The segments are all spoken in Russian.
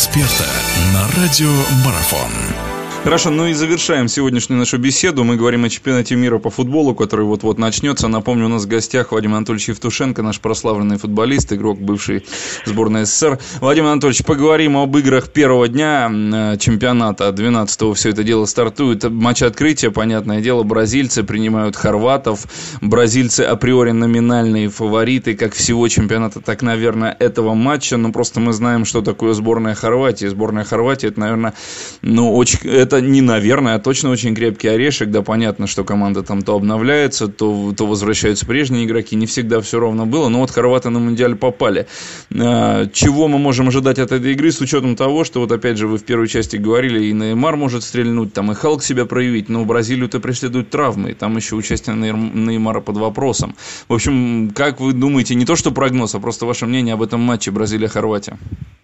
эксперта на радио Марафон. Хорошо, ну и завершаем сегодняшнюю нашу беседу. Мы говорим о чемпионате мира по футболу, который вот-вот начнется. Напомню, у нас в гостях Вадим Анатольевич Евтушенко, наш прославленный футболист, игрок бывшей сборной СССР. Вадим Анатольевич, поговорим об играх первого дня чемпионата. 12-го все это дело стартует. Матч открытия, понятное дело, бразильцы принимают хорватов. Бразильцы априори номинальные фавориты как всего чемпионата, так, наверное, этого матча. Но просто мы знаем, что такое сборная Хорватии. Сборная Хорватии, это, наверное, это не наверное, а точно очень крепкий орешек. Да, понятно, что команда там то обновляется, то возвращаются прежние игроки. Не всегда все ровно было, но вот хорваты на Мундиаль попали. Чего мы можем ожидать от этой игры с учетом того, что вот опять же вы в первой части говорили, и Неймар может стрельнуть, там и Халк себя проявить, но Бразилию-то преследуют травмы, и там еще участие Неймара под вопросом. В общем, как вы думаете, не то что прогноз, а просто ваше мнение об этом матче Бразилия-Хорватия?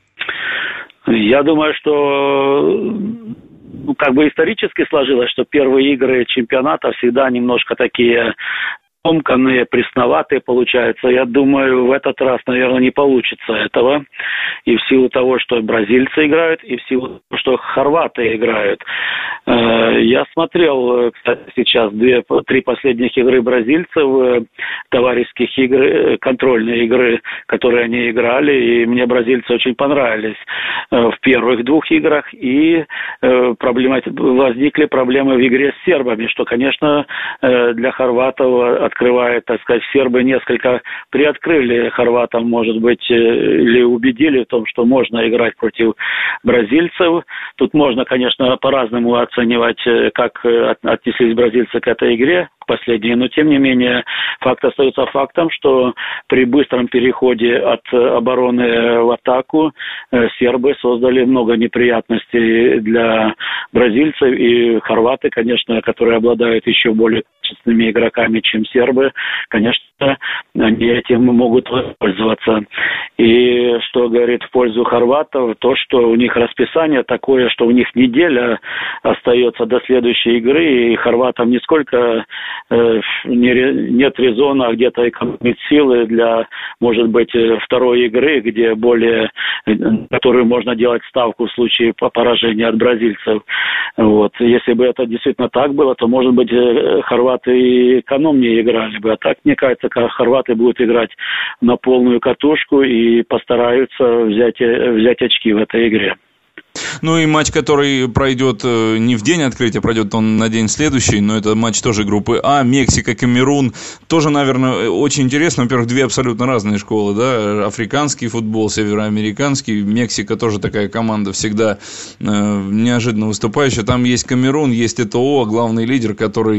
Я думаю, что исторически сложилось, что первые игры чемпионата всегда немножко такие комканные, пресноватые получаются. Я думаю, в этот раз, наверное, не получится этого. И в силу того, что бразильцы играют, и в силу того, что хорваты играют. Я смотрел, кстати, сейчас 3 последних игры бразильцев, товарищеских игр, контрольные игры, которые они играли, и мне бразильцы очень понравились в первых 2 играх. И возникли проблемы в игре с сербами, что, конечно, для хорватов открывает, так сказать, сербы несколько приоткрыли хорватам, может быть, или убедили в том, что можно играть против бразильцев. Тут можно, конечно, по-разному оценивать, как отнеслись бразильцы к этой игре, к последней, но, тем не менее, факт остается фактом, что при быстром переходе от обороны в атаку сербы создали много неприятностей для бразильцев, и хорваты, конечно, которые обладают еще более качественными игроками, чем сербы, конечно, они этим могут воспользоваться. И что говорит в пользу хорватов, то, что у них расписание такое, что у них неделя остается до следующей игры, и хорватам нисколько нет резона где-то экономить силы для, может быть, второй игры, которую можно делать ставку в случае поражения от бразильцев. Вот. Если бы это действительно так было, то, может быть, хорваты и экономнее играли бы. А так, мне кажется, хорваты будут играть на полную катушку и постараются взять очки в этой игре. Ну и матч, который пройдет не в день открытия, пройдет он на день следующий, но это матч тоже группы А, Мексика, Камерун. Тоже, наверное, очень интересно. Во-первых, 2 абсолютно разные школы, да, африканский футбол, североамериканский. Мексика тоже такая команда всегда неожиданно выступающая. Там есть Камерун, есть Этоо, главный лидер,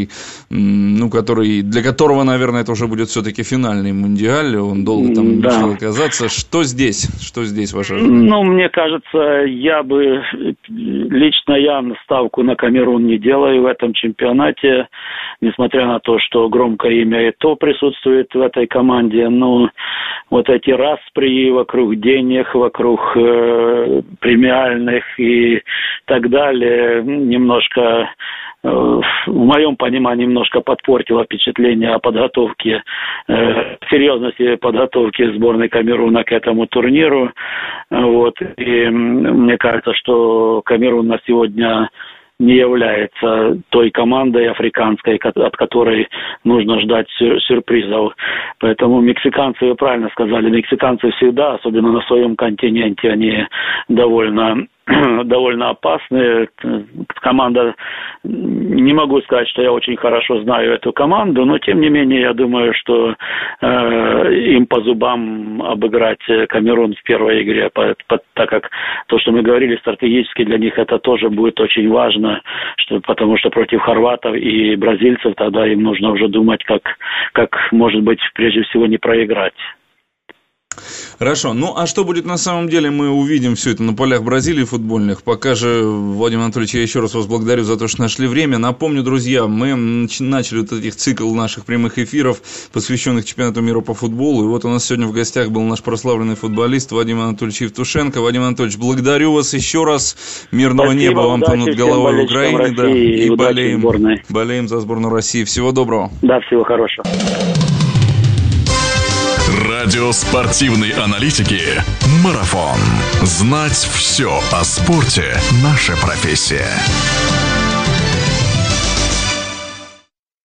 для которого, наверное, это уже будет все-таки финальный мундиаль. Он долго там мечтал оказаться. Что здесь ваше ожидание? Мне кажется, лично я ставку на Камерун не делаю в этом чемпионате, несмотря на то, что громкое имя Этоо присутствует в этой команде. Но вот эти распри вокруг денег, вокруг премиальных и так далее, немножко, в моем понимании, немножко подпортило впечатление о подготовке, серьезности подготовки сборной Камеруна к этому турниру. Вот. И мне кажется, что Камерун на сегодня не является той командой африканской, от которой нужно ждать сюрпризов. Поэтому мексиканцы, вы правильно сказали, мексиканцы всегда, особенно на своем континенте, они довольно опасные. Команда, не могу сказать, что я очень хорошо знаю эту команду, но тем не менее я думаю, что им по зубам обыграть Камерун в первой игре, так как то, что мы говорили, стратегически для них это тоже будет очень важно, потому что против хорватов и бразильцев тогда им нужно уже думать, как может быть, прежде всего, не проиграть. Хорошо. Ну, а что будет на самом деле, мы увидим все это на полях Бразилии футбольных. Пока же, Владимир Анатольевич, я еще раз вас благодарю за то, что нашли время. Напомню, друзья, мы начали вот этих цикл наших прямых эфиров, посвященных чемпионату мира по футболу. И вот у нас сегодня в гостях был наш прославленный футболист Вадим Анатольевич Евтушенко. Вадим Анатольевич, благодарю вас еще раз. Мирного неба вам над головой в Украине. Да, и болеем за сборную России. Всего доброго. Да, всего хорошего. радио спортивной аналитики «Марафон». Знать все о спорте – наша профессия.